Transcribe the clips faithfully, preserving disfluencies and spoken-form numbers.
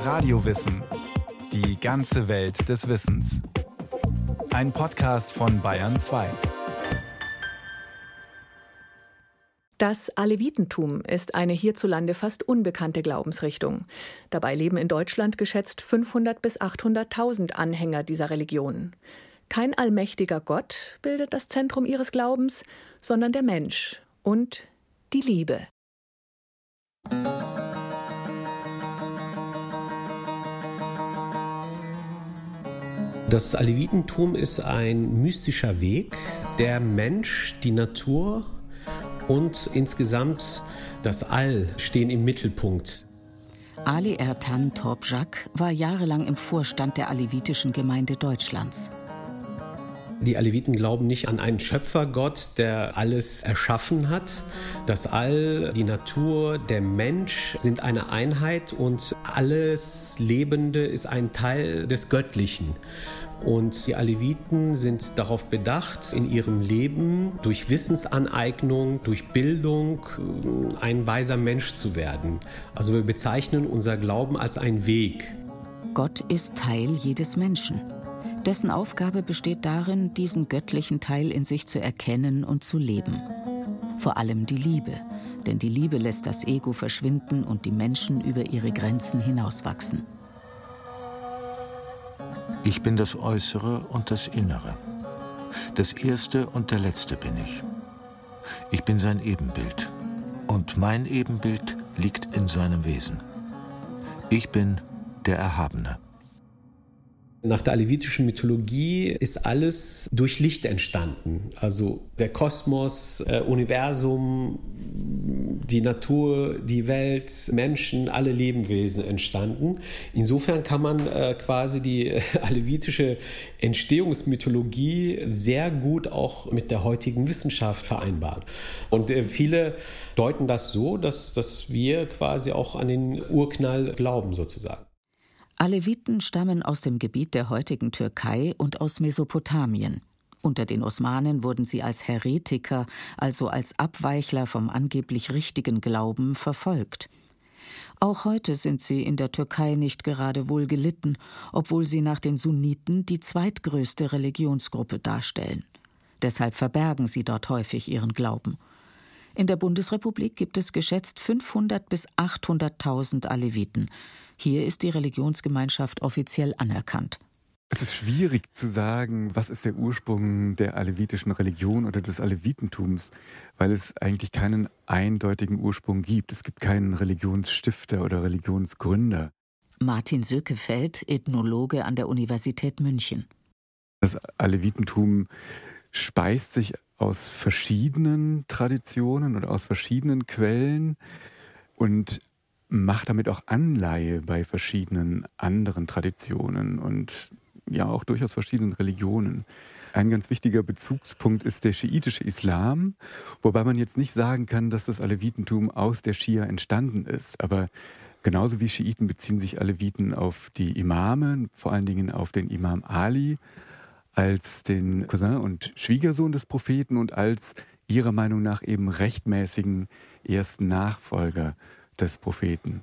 Radiowissen. Die ganze Welt des Wissens. Ein Podcast von Bayern zwei. Das Alevitentum ist eine hierzulande fast unbekannte Glaubensrichtung. Dabei leben in Deutschland geschätzt fünfhundert bis achthunderttausend Anhänger dieser Religion. Kein allmächtiger Gott bildet das Zentrum ihres Glaubens, sondern der Mensch und die Liebe. Das Alevitentum ist ein mystischer Weg, der Mensch, die Natur und insgesamt das All stehen im Mittelpunkt. Ali Ertan Toprak war jahrelang im Vorstand der alevitischen Gemeinde Deutschlands. Die Aleviten glauben nicht an einen Schöpfergott, der alles erschaffen hat. Das All, die Natur, der Mensch sind eine Einheit und alles Lebende ist ein Teil des Göttlichen. Und die Aleviten sind darauf bedacht, in ihrem Leben durch Wissensaneignung, durch Bildung ein weiser Mensch zu werden. Also wir bezeichnen unser Glauben als einen Weg. Gott ist Teil jedes Menschen. Dessen Aufgabe besteht darin, diesen göttlichen Teil in sich zu erkennen und zu leben. Vor allem die Liebe, denn die Liebe lässt das Ego verschwinden und die Menschen über ihre Grenzen hinauswachsen. Ich bin das Äußere und das Innere. Das Erste und der Letzte bin ich. Ich bin sein Ebenbild. Und mein Ebenbild liegt in seinem Wesen. Ich bin der Erhabene. Nach der alevitischen Mythologie ist alles durch Licht entstanden. Also der Kosmos, äh, Universum, die Natur, die Welt, Menschen, alle Lebewesen entstanden. Insofern kann man äh, quasi die äh, alevitische Entstehungsmythologie sehr gut auch mit der heutigen Wissenschaft vereinbaren. Und äh, viele deuten das so, dass, dass wir quasi auch an den Urknall glauben sozusagen. Aleviten stammen aus dem Gebiet der heutigen Türkei und aus Mesopotamien. Unter den Osmanen wurden sie als Heretiker, also als Abweichler vom angeblich richtigen Glauben, verfolgt. Auch heute sind sie in der Türkei nicht gerade wohl gelitten, obwohl sie nach den Sunniten die zweitgrößte Religionsgruppe darstellen. Deshalb verbergen sie dort häufig ihren Glauben. In der Bundesrepublik gibt es geschätzt fünfhundert bis achthunderttausend Aleviten. Hier ist die Religionsgemeinschaft offiziell anerkannt. Es ist schwierig zu sagen, was ist der Ursprung der alevitischen Religion oder des Alevitentums, weil es eigentlich keinen eindeutigen Ursprung gibt. Es gibt keinen Religionsstifter oder Religionsgründer. Martin Sökefeld, Ethnologe an der Universität München. Das Alevitentum speist sich aus verschiedenen Traditionen und aus verschiedenen Quellen und macht damit auch Anleihe bei verschiedenen anderen Traditionen und ja auch durchaus verschiedenen Religionen. Ein ganz wichtiger Bezugspunkt ist der schiitische Islam, wobei man jetzt nicht sagen kann, dass das Alevitentum aus der Schia entstanden ist. Aber genauso wie Schiiten beziehen sich Aleviten auf die Imame, vor allen Dingen auf den Imam Ali, als den Cousin und Schwiegersohn des Propheten und als ihrer Meinung nach eben rechtmäßigen ersten Nachfolger des Propheten.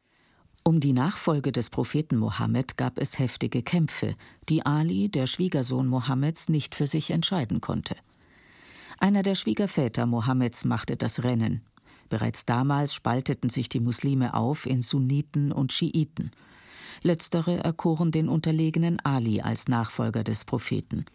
Um die Nachfolge des Propheten Mohammed gab es heftige Kämpfe, die Ali, der Schwiegersohn Mohammeds, nicht für sich entscheiden konnte. Einer der Schwiegerväter Mohammeds machte das Rennen. Bereits damals spalteten sich die Muslime auf in Sunniten und Schiiten. Letztere erkoren den unterlegenen Ali als Nachfolger des Propheten.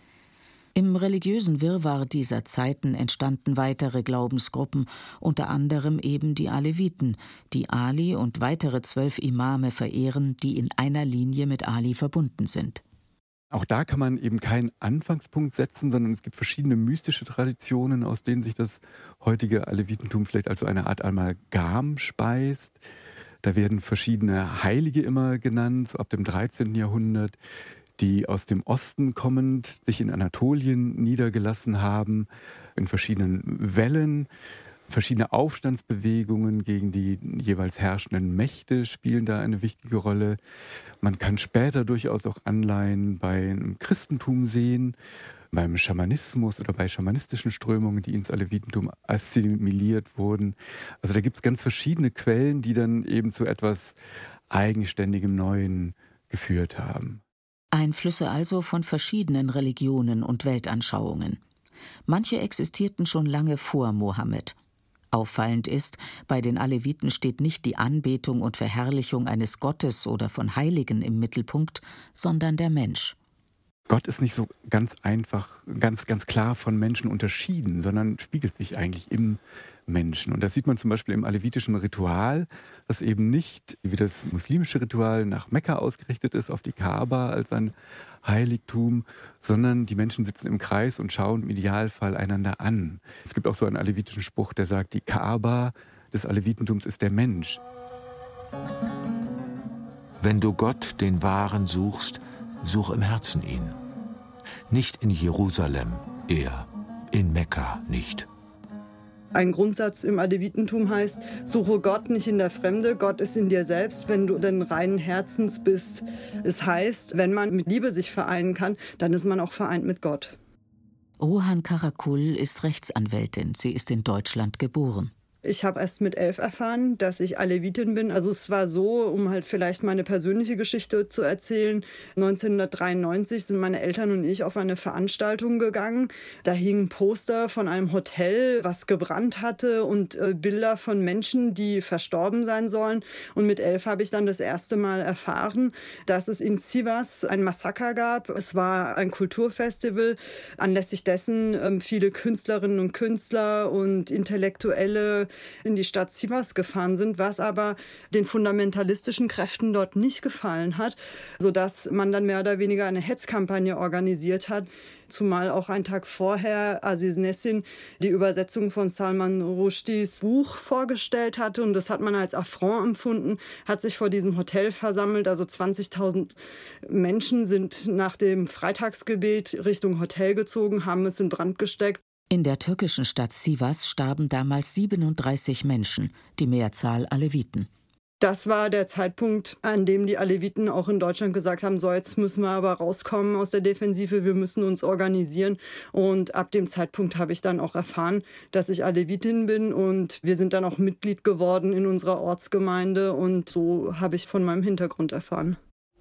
Im religiösen Wirrwarr dieser Zeiten entstanden weitere Glaubensgruppen, unter anderem eben die Aleviten, die Ali und weitere zwölf Imame verehren, die in einer Linie mit Ali verbunden sind. Auch da kann man eben keinen Anfangspunkt setzen, sondern es gibt verschiedene mystische Traditionen, aus denen sich das heutige Alevitentum vielleicht als so eine Art Amalgam speist. Da werden verschiedene Heilige immer genannt, so ab dem dreizehnten Jahrhundert, die aus dem Osten kommend sich in Anatolien niedergelassen haben, in verschiedenen Wellen. Verschiedene Aufstandsbewegungen gegen die jeweils herrschenden Mächte spielen da eine wichtige Rolle. Man kann später durchaus auch Anleihen beim Christentum sehen, beim Schamanismus oder bei schamanistischen Strömungen, die ins Alevitentum assimiliert wurden. Also da gibt es ganz verschiedene Quellen, die dann eben zu etwas eigenständigem Neuen geführt haben. Einflüsse also von verschiedenen Religionen und Weltanschauungen. Manche existierten schon lange vor Mohammed. Auffallend ist, bei den Aleviten steht nicht die Anbetung und Verherrlichung eines Gottes oder von Heiligen im Mittelpunkt, sondern der Mensch. Gott ist nicht so ganz einfach, ganz, ganz klar von Menschen unterschieden, sondern spiegelt sich eigentlich im Menschen. Und das sieht man zum Beispiel im alevitischen Ritual, das eben nicht wie das muslimische Ritual nach Mekka ausgerichtet ist, auf die Kaaba als ein Heiligtum, sondern die Menschen sitzen im Kreis und schauen im Idealfall einander an. Es gibt auch so einen alevitischen Spruch, der sagt, die Kaaba des Alevitentums ist der Mensch. Wenn du Gott, den Wahren, suchst, such im Herzen ihn. Nicht in Jerusalem, er, in Mekka nicht. Ein Grundsatz im Alevitentum heißt, suche Gott nicht in der Fremde, Gott ist in dir selbst, wenn du denn reinen Herzens bist. Es heißt, wenn man mit Liebe sich vereinen kann, dann ist man auch vereint mit Gott. Rohan Karakul ist Rechtsanwältin. Sie ist in Deutschland geboren. Ich habe erst mit elf erfahren, dass ich Alevitin bin. Also es war so, um halt vielleicht meine persönliche Geschichte zu erzählen. neunzehnhundertdreiundneunzig sind meine Eltern und ich auf eine Veranstaltung gegangen. Da hing ein Poster von einem Hotel, was gebrannt hatte und äh, Bilder von Menschen, die verstorben sein sollen. Und mit elf habe ich dann das erste Mal erfahren, dass es in Sivas ein Massaker gab. Es war ein Kulturfestival, anlässlich dessen äh, viele Künstlerinnen und Künstler und Intellektuelle in die Stadt Sivas gefahren sind, was aber den fundamentalistischen Kräften dort nicht gefallen hat, sodass man dann mehr oder weniger eine Hetzkampagne organisiert hat, zumal auch einen Tag vorher Aziz Nesin die Übersetzung von Salman Rushdies Buch vorgestellt hatte und das hat man als Affront empfunden, hat sich vor diesem Hotel versammelt, also zwanzigtausend Menschen sind nach dem Freitagsgebet Richtung Hotel gezogen, haben es in Brand gesteckt. In der türkischen Stadt Sivas starben damals siebenunddreißig Menschen, die Mehrzahl Aleviten. Das war der Zeitpunkt, an dem die Aleviten auch in Deutschland gesagt haben, so jetzt müssen wir aber rauskommen aus der Defensive, wir müssen uns organisieren. Und ab dem Zeitpunkt habe ich dann auch erfahren, dass ich Alevitin bin und wir sind dann auch Mitglied geworden in unserer Ortsgemeinde und so habe ich von meinem Hintergrund erfahren.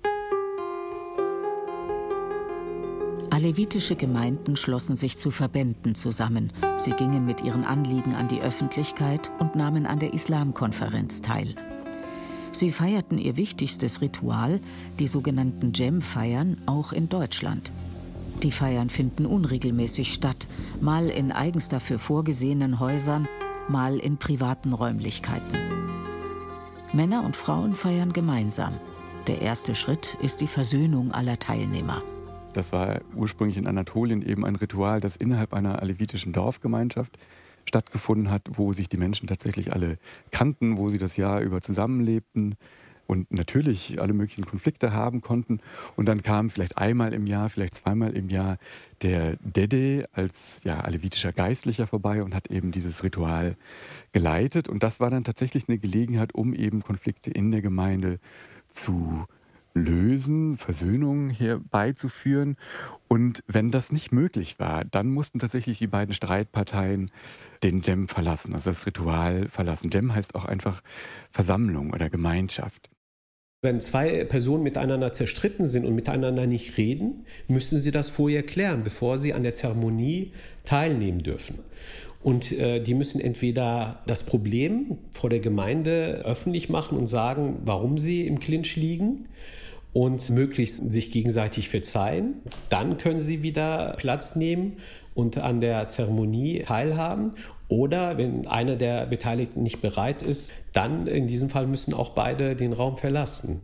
Alevitische Gemeinden schlossen sich zu Verbänden zusammen. Sie gingen mit ihren Anliegen an die Öffentlichkeit und nahmen an der Islamkonferenz teil. Sie feierten ihr wichtigstes Ritual, die sogenannten Djem-Feiern, auch in Deutschland. Die Feiern finden unregelmäßig statt, mal in eigens dafür vorgesehenen Häusern, mal in privaten Räumlichkeiten. Männer und Frauen feiern gemeinsam. Der erste Schritt ist die Versöhnung aller Teilnehmer. Das war ursprünglich in Anatolien eben ein Ritual, das innerhalb einer alevitischen Dorfgemeinschaft stattgefunden hat, wo sich die Menschen tatsächlich alle kannten, wo sie das Jahr über zusammenlebten und natürlich alle möglichen Konflikte haben konnten. Und dann kam vielleicht einmal im Jahr, vielleicht zweimal im Jahr der Dede als ja, alevitischer Geistlicher vorbei und hat eben dieses Ritual geleitet. Und das war dann tatsächlich eine Gelegenheit, um eben Konflikte in der Gemeinde zu lösen, Versöhnung herbeizuführen. Und wenn das nicht möglich war, dann mussten tatsächlich die beiden Streitparteien den Djem verlassen, also das Ritual verlassen. Djem heißt auch einfach Versammlung oder Gemeinschaft. Wenn zwei Personen miteinander zerstritten sind und miteinander nicht reden, müssen sie das vorher klären, bevor sie an der Zeremonie teilnehmen dürfen. Und äh, die müssen entweder das Problem vor der Gemeinde öffentlich machen und sagen, warum sie im Clinch liegen und möglichst sich gegenseitig verzeihen. Dann können sie wieder Platz nehmen und an der Zeremonie teilhaben. Oder wenn einer der Beteiligten nicht bereit ist, dann in diesem Fall müssen auch beide den Raum verlassen.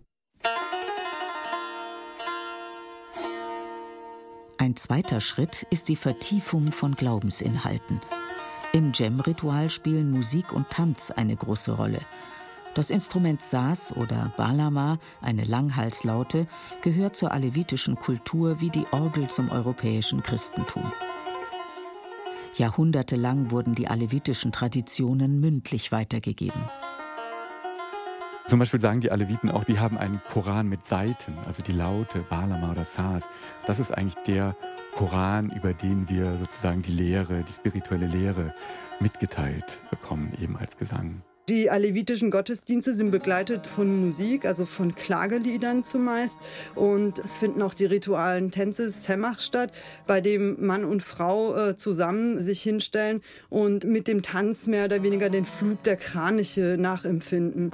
Ein zweiter Schritt ist die Vertiefung von Glaubensinhalten. Im Djem-Ritual spielen Musik und Tanz eine große Rolle. Das Instrument Saz oder Balama, eine Langhalslaute, gehört zur alevitischen Kultur wie die Orgel zum europäischen Christentum. Jahrhundertelang wurden die alevitischen Traditionen mündlich weitergegeben. Zum Beispiel sagen die Aleviten auch, die haben einen Koran mit Seiten, also die Laute Balama oder Saz. Das ist eigentlich der Koran, über den wir sozusagen die Lehre, die spirituelle Lehre mitgeteilt bekommen, eben als Gesang. Die alevitischen Gottesdienste sind begleitet von Musik, also von Klageliedern zumeist. Und es finden auch die ritualen Tänze Semach statt, bei dem Mann und Frau äh, zusammen sich hinstellen und mit dem Tanz mehr oder weniger den Flug der Kraniche nachempfinden.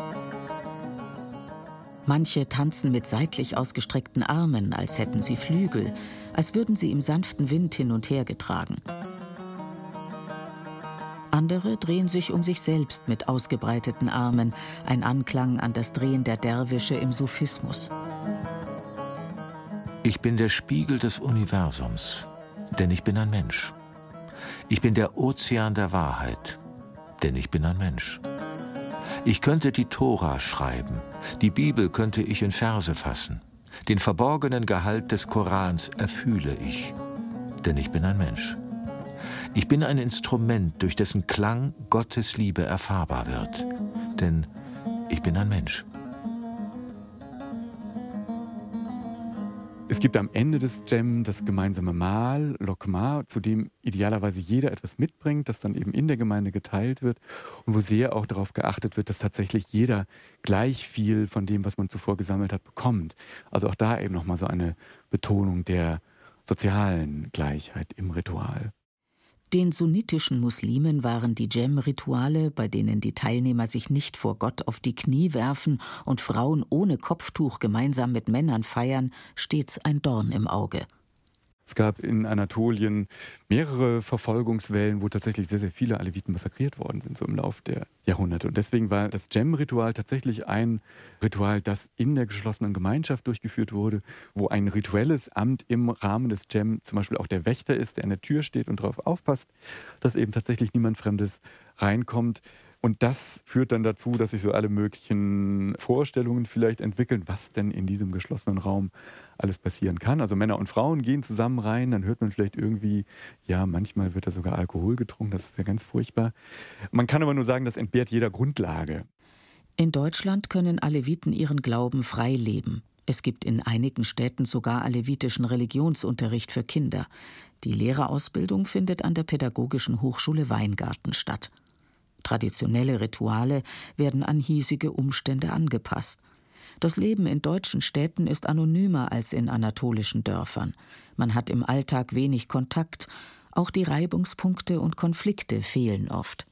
Manche tanzen mit seitlich ausgestreckten Armen, als hätten sie Flügel, als würden sie im sanften Wind hin und her getragen. Andere drehen sich um sich selbst mit ausgebreiteten Armen, ein Anklang an das Drehen der Derwische im Sufismus. Ich bin der Spiegel des Universums, denn ich bin ein Mensch. Ich bin der Ozean der Wahrheit, denn ich bin ein Mensch. Ich könnte die Tora schreiben, die Bibel könnte ich in Verse fassen. Den verborgenen Gehalt des Korans erfühle ich, denn ich bin ein Mensch. Ich bin ein Instrument, durch dessen Klang Gottes Liebe erfahrbar wird, denn ich bin ein Mensch. Es gibt am Ende des Djem das gemeinsame Mahl, Lokma, zu dem idealerweise jeder etwas mitbringt, das dann eben in der Gemeinde geteilt wird und wo sehr auch darauf geachtet wird, dass tatsächlich jeder gleich viel von dem, was man zuvor gesammelt hat, bekommt. Also auch da eben nochmal so eine Betonung der sozialen Gleichheit im Ritual. Den sunnitischen Muslimen waren die Djem-Rituale, bei denen die Teilnehmer sich nicht vor Gott auf die Knie werfen und Frauen ohne Kopftuch gemeinsam mit Männern feiern, stets ein Dorn im Auge. Es gab in Anatolien mehrere Verfolgungswellen, wo tatsächlich sehr, sehr viele Aleviten massakriert worden sind, so im Laufe der Jahrhunderte. Und deswegen war das Djem-Ritual tatsächlich ein Ritual, das in der geschlossenen Gemeinschaft durchgeführt wurde, wo ein rituelles Amt im Rahmen des Djem zum Beispiel auch der Wächter ist, der an der Tür steht und darauf aufpasst, dass eben tatsächlich niemand Fremdes reinkommt. Und das führt dann dazu, dass sich so alle möglichen Vorstellungen vielleicht entwickeln, was denn in diesem geschlossenen Raum alles passieren kann. Also Männer und Frauen gehen zusammen rein, dann hört man vielleicht irgendwie, ja, manchmal wird da sogar Alkohol getrunken, das ist ja ganz furchtbar. Man kann aber nur sagen, das entbehrt jeder Grundlage. In Deutschland können Aleviten ihren Glauben frei leben. Es gibt in einigen Städten sogar alevitischen Religionsunterricht für Kinder. Die Lehrerausbildung findet an der Pädagogischen Hochschule Weingarten statt. Traditionelle Rituale werden an hiesige Umstände angepasst. Das Leben in deutschen Städten ist anonymer als in anatolischen Dörfern. Man hat im Alltag wenig Kontakt. Auch die Reibungspunkte und Konflikte fehlen oft.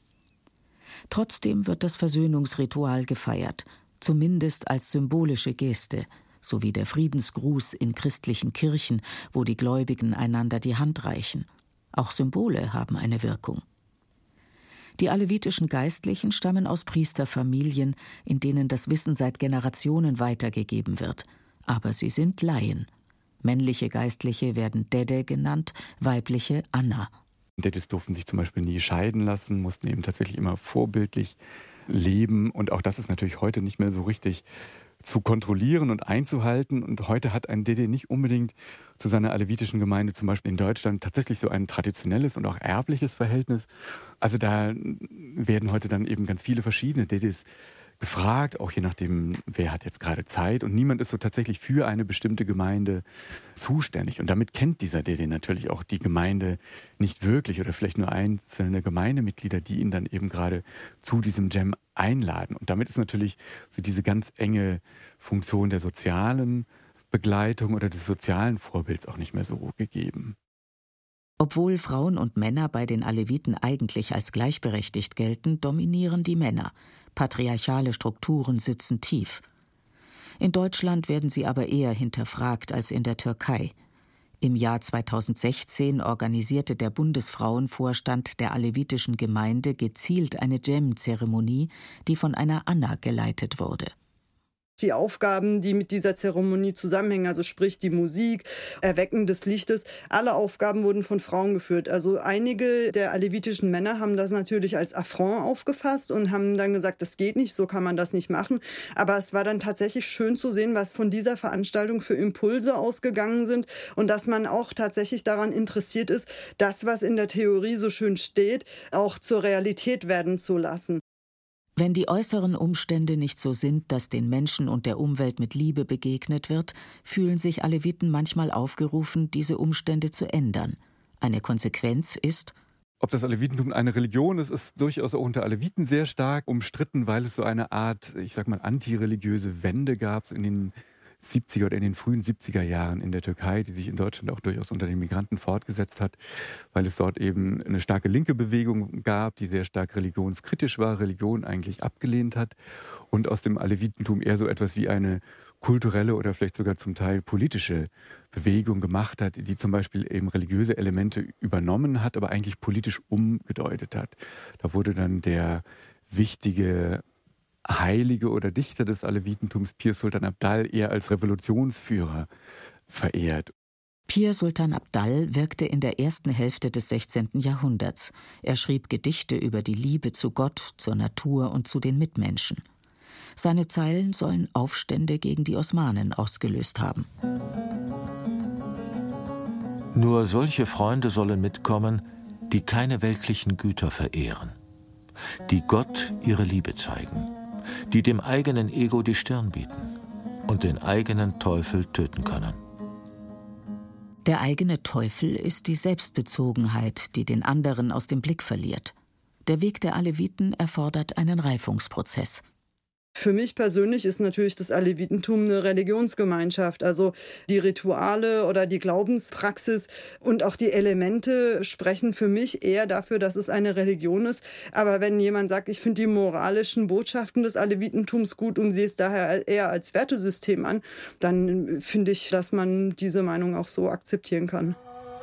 Trotzdem wird das Versöhnungsritual gefeiert, zumindest als symbolische Geste, sowie der Friedensgruß in christlichen Kirchen, wo die Gläubigen einander die Hand reichen. Auch Symbole haben eine Wirkung. Die alevitischen Geistlichen stammen aus Priesterfamilien, in denen das Wissen seit Generationen weitergegeben wird. Aber sie sind Laien. Männliche Geistliche werden Dede genannt, weibliche Anna. Dedes durften sich zum Beispiel nie scheiden lassen, mussten eben tatsächlich immer vorbildlich leben. Und auch das ist natürlich heute nicht mehr so richtig zu kontrollieren und einzuhalten. Und heute hat ein Dede nicht unbedingt zu seiner alevitischen Gemeinde, zum Beispiel in Deutschland, tatsächlich so ein traditionelles und auch erbliches Verhältnis. Also da werden heute dann eben ganz viele verschiedene Dedes gefragt, auch je nachdem, wer hat jetzt gerade Zeit. Und niemand ist so tatsächlich für eine bestimmte Gemeinde zuständig. Und damit kennt dieser Dede natürlich auch die Gemeinde nicht wirklich oder vielleicht nur einzelne Gemeindemitglieder, die ihn dann eben gerade zu diesem Djem einladen. Und damit ist natürlich so diese ganz enge Funktion der sozialen Begleitung oder des sozialen Vorbilds auch nicht mehr so gegeben. Obwohl Frauen und Männer bei den Aleviten eigentlich als gleichberechtigt gelten, dominieren die Männer. Patriarchale Strukturen sitzen tief. In Deutschland werden sie aber eher hinterfragt als in der Türkei. Im Jahr zweitausendsechzehn organisierte der Bundesfrauenvorstand der alevitischen Gemeinde gezielt eine Djem-Zeremonie, die von einer Anna geleitet wurde. Die Aufgaben, die mit dieser Zeremonie zusammenhängen, also sprich die Musik, Erwecken des Lichtes, alle Aufgaben wurden von Frauen geführt. Also einige der alevitischen Männer haben das natürlich als Affront aufgefasst und haben dann gesagt, das geht nicht, so kann man das nicht machen. Aber es war dann tatsächlich schön zu sehen, was von dieser Veranstaltung für Impulse ausgegangen sind und dass man auch tatsächlich daran interessiert ist, das, was in der Theorie so schön steht, auch zur Realität werden zu lassen. Wenn die äußeren Umstände nicht so sind, dass den Menschen und der Umwelt mit Liebe begegnet wird, fühlen sich Aleviten manchmal aufgerufen, diese Umstände zu ändern. Eine Konsequenz ist Ob das Alevitentum eine Religion ist, ist durchaus auch unter Aleviten sehr stark umstritten, weil es so eine Art, ich sag mal, antireligiöse Wende gab in den siebziger oder in den frühen siebziger Jahren in der Türkei, die sich in Deutschland auch durchaus unter den Migranten fortgesetzt hat, weil es dort eben eine starke linke Bewegung gab, die sehr stark religionskritisch war, Religion eigentlich abgelehnt hat und aus dem Alevitentum eher so etwas wie eine kulturelle oder vielleicht sogar zum Teil politische Bewegung gemacht hat, die zum Beispiel eben religiöse Elemente übernommen hat, aber eigentlich politisch umgedeutet hat. Da wurde dann der wichtige Heilige oder Dichter des Alevitentums, Pir Sultan Abdal, eher als Revolutionsführer verehrt. Pir Sultan Abdal wirkte in der ersten Hälfte des sechzehnten Jahrhunderts. Er schrieb Gedichte über die Liebe zu Gott, zur Natur und zu den Mitmenschen. Seine Zeilen sollen Aufstände gegen die Osmanen ausgelöst haben. Nur solche Freunde sollen mitkommen, die keine weltlichen Güter verehren, die Gott ihre Liebe zeigen, die dem eigenen Ego die Stirn bieten und den eigenen Teufel töten können. Der eigene Teufel ist die Selbstbezogenheit, die den anderen aus dem Blick verliert. Der Weg der Aleviten erfordert einen Reifungsprozess. Für mich persönlich ist natürlich das Alevitentum eine Religionsgemeinschaft. Also die Rituale oder die Glaubenspraxis und auch die Elemente sprechen für mich eher dafür, dass es eine Religion ist. Aber wenn jemand sagt, ich finde die moralischen Botschaften des Alevitentums gut und sehe es daher eher als Wertesystem an, dann finde ich, dass man diese Meinung auch so akzeptieren kann.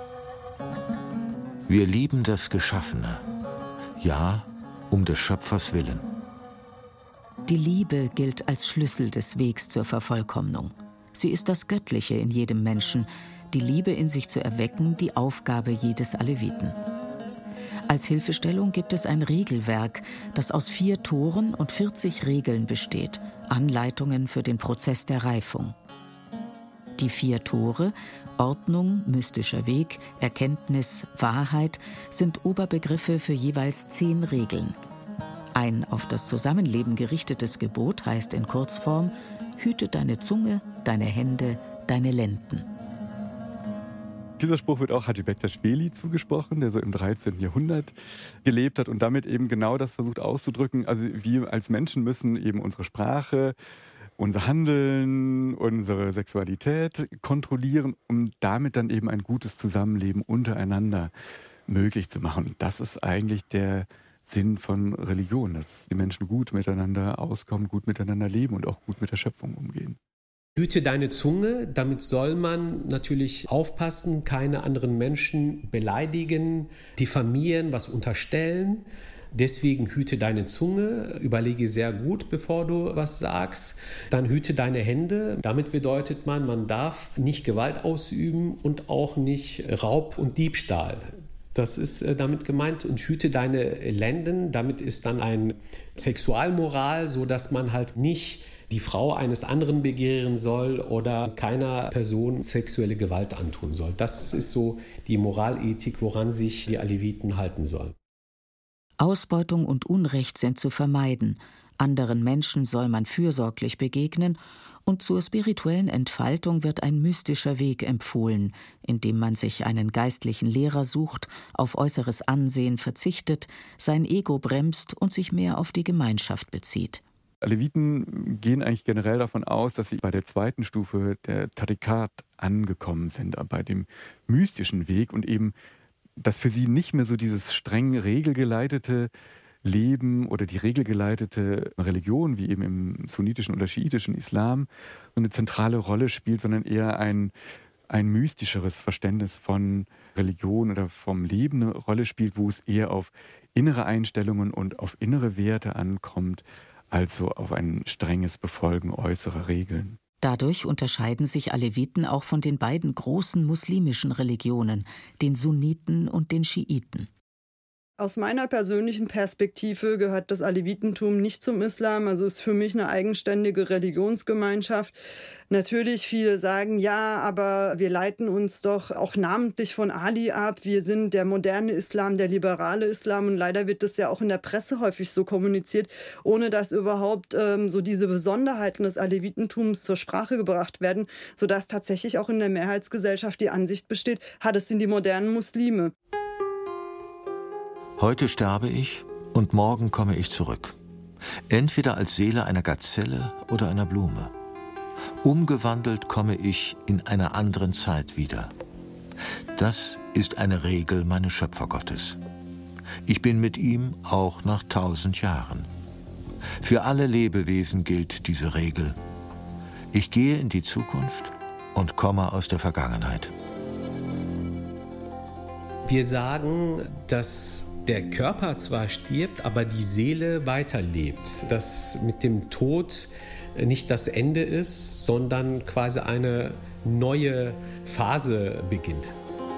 Wir lieben das Geschaffene, ja, um des Schöpfers willen. Die Liebe gilt als Schlüssel des Wegs zur Vervollkommnung. Sie ist das Göttliche in jedem Menschen, die Liebe in sich zu erwecken, die Aufgabe jedes Aleviten. Als Hilfestellung gibt es ein Regelwerk, das aus vier Toren und vierzig Regeln besteht, Anleitungen für den Prozess der Reifung. Die vier Tore, Ordnung, mystischer Weg, Erkenntnis, Wahrheit, sind Oberbegriffe für jeweils zehn Regeln. Ein auf das Zusammenleben gerichtetes Gebot heißt in Kurzform: Hüte deine Zunge, deine Hände, deine Lenden. Dieser Spruch wird auch Hacı Bektaş Veli zugesprochen, der so im dreizehnten Jahrhundert gelebt hat und damit eben genau das versucht auszudrücken. Also wir als Menschen müssen eben unsere Sprache, unser Handeln, unsere Sexualität kontrollieren, um damit dann eben ein gutes Zusammenleben untereinander möglich zu machen. Und das ist eigentlich der Sinn von Religion, dass die Menschen gut miteinander auskommen, gut miteinander leben und auch gut mit der Schöpfung umgehen. Hüte deine Zunge, damit soll man natürlich aufpassen, keine anderen Menschen beleidigen, diffamieren, was unterstellen. Deswegen hüte deine Zunge, überlege sehr gut, bevor du was sagst. Dann hüte deine Hände. Damit bedeutet man, man darf nicht Gewalt ausüben und auch nicht Raub und Diebstahl. Das ist äh, damit gemeint. Und hüte deine Lenden. Damit ist dann ein Sexualmoral, sodass man halt nicht die Frau eines anderen begehren soll oder keiner Person sexuelle Gewalt antun soll. Das ist so die Moralethik, woran sich die Aleviten halten sollen. Ausbeutung und Unrecht sind zu vermeiden. Anderen Menschen soll man fürsorglich begegnen. Und zur spirituellen Entfaltung wird ein mystischer Weg empfohlen, indem man sich einen geistlichen Lehrer sucht, auf äußeres Ansehen verzichtet, sein Ego bremst und sich mehr auf die Gemeinschaft bezieht. Aleviten gehen eigentlich generell davon aus, dass sie bei der zweiten Stufe der Tarikat angekommen sind, bei dem mystischen Weg und eben, dass für sie nicht mehr so dieses streng regelgeleitete Leben oder die regelgeleitete Religion, wie eben im sunnitischen oder schiitischen Islam, so eine zentrale Rolle spielt, sondern eher ein, ein mystischeres Verständnis von Religion oder vom Leben eine Rolle spielt, wo es eher auf innere Einstellungen und auf innere Werte ankommt, also auf ein strenges Befolgen äußerer Regeln. Dadurch unterscheiden sich Aleviten auch von den beiden großen muslimischen Religionen, den Sunniten und den Schiiten. Aus meiner persönlichen Perspektive gehört das Alevitentum nicht zum Islam, also ist für mich eine eigenständige Religionsgemeinschaft. Natürlich, viele sagen, ja, aber wir leiten uns doch auch namentlich von Ali ab. Wir sind der moderne Islam, der liberale Islam und leider wird das ja auch in der Presse häufig so kommuniziert, ohne dass überhaupt ähm, so diese Besonderheiten des Alevitentums zur Sprache gebracht werden, sodass tatsächlich auch in der Mehrheitsgesellschaft die Ansicht besteht, ha, das sind die modernen Muslime. Heute sterbe ich und morgen komme ich zurück. Entweder als Seele einer Gazelle oder einer Blume. Umgewandelt komme ich in einer anderen Zeit wieder. Das ist eine Regel meines Schöpfergottes. Ich bin mit ihm auch nach tausend Jahren. Für alle Lebewesen gilt diese Regel. Ich gehe in die Zukunft und komme aus der Vergangenheit. Wir sagen, dass der Körper zwar stirbt, aber die Seele weiterlebt. Dass mit dem Tod nicht das Ende ist, sondern quasi eine neue Phase beginnt.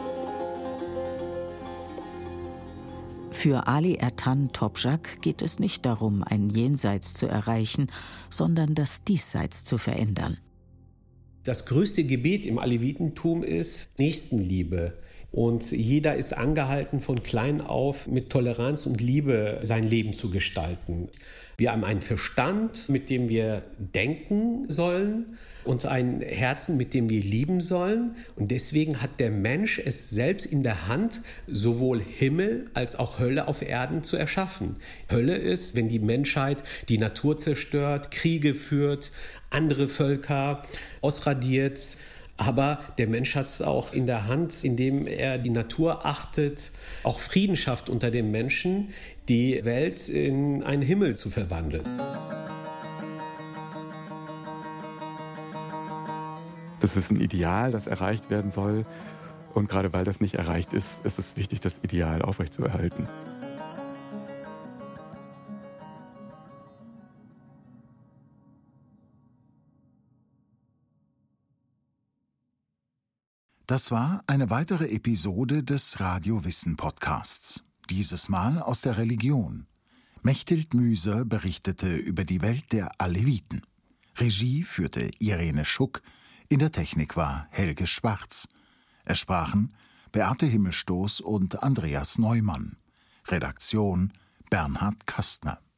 Für Ali Ertan Toprak geht es nicht darum, ein Jenseits zu erreichen, sondern das Diesseits zu verändern. Das größte Gebet im Alevitentum ist Nächstenliebe. Und jeder ist angehalten, von klein auf mit Toleranz und Liebe sein Leben zu gestalten. Wir haben einen Verstand, mit dem wir denken sollen, und ein Herzen, mit dem wir lieben sollen. Und deswegen hat der Mensch es selbst in der Hand, sowohl Himmel als auch Hölle auf Erden zu erschaffen. Hölle ist, wenn die Menschheit die Natur zerstört, Kriege führt, andere Völker ausradiert. Aber der Mensch hat es auch in der Hand, indem er die Natur achtet, auch Frieden schafft unter den Menschen, die Welt in einen Himmel zu verwandeln. Das ist ein Ideal, das erreicht werden soll. Und gerade weil das nicht erreicht ist, ist es wichtig, das Ideal aufrechtzuerhalten. Das war eine weitere Episode des Radio Wissen Podcasts. Dieses Mal aus der Religion. Mechthild Müser berichtete über die Welt der Aleviten. Regie führte Irene Schuck, in der Technik war Helge Schwarz. Es sprachen Beate Himmelstoß und Andreas Neumann. Redaktion Bernhard Kastner.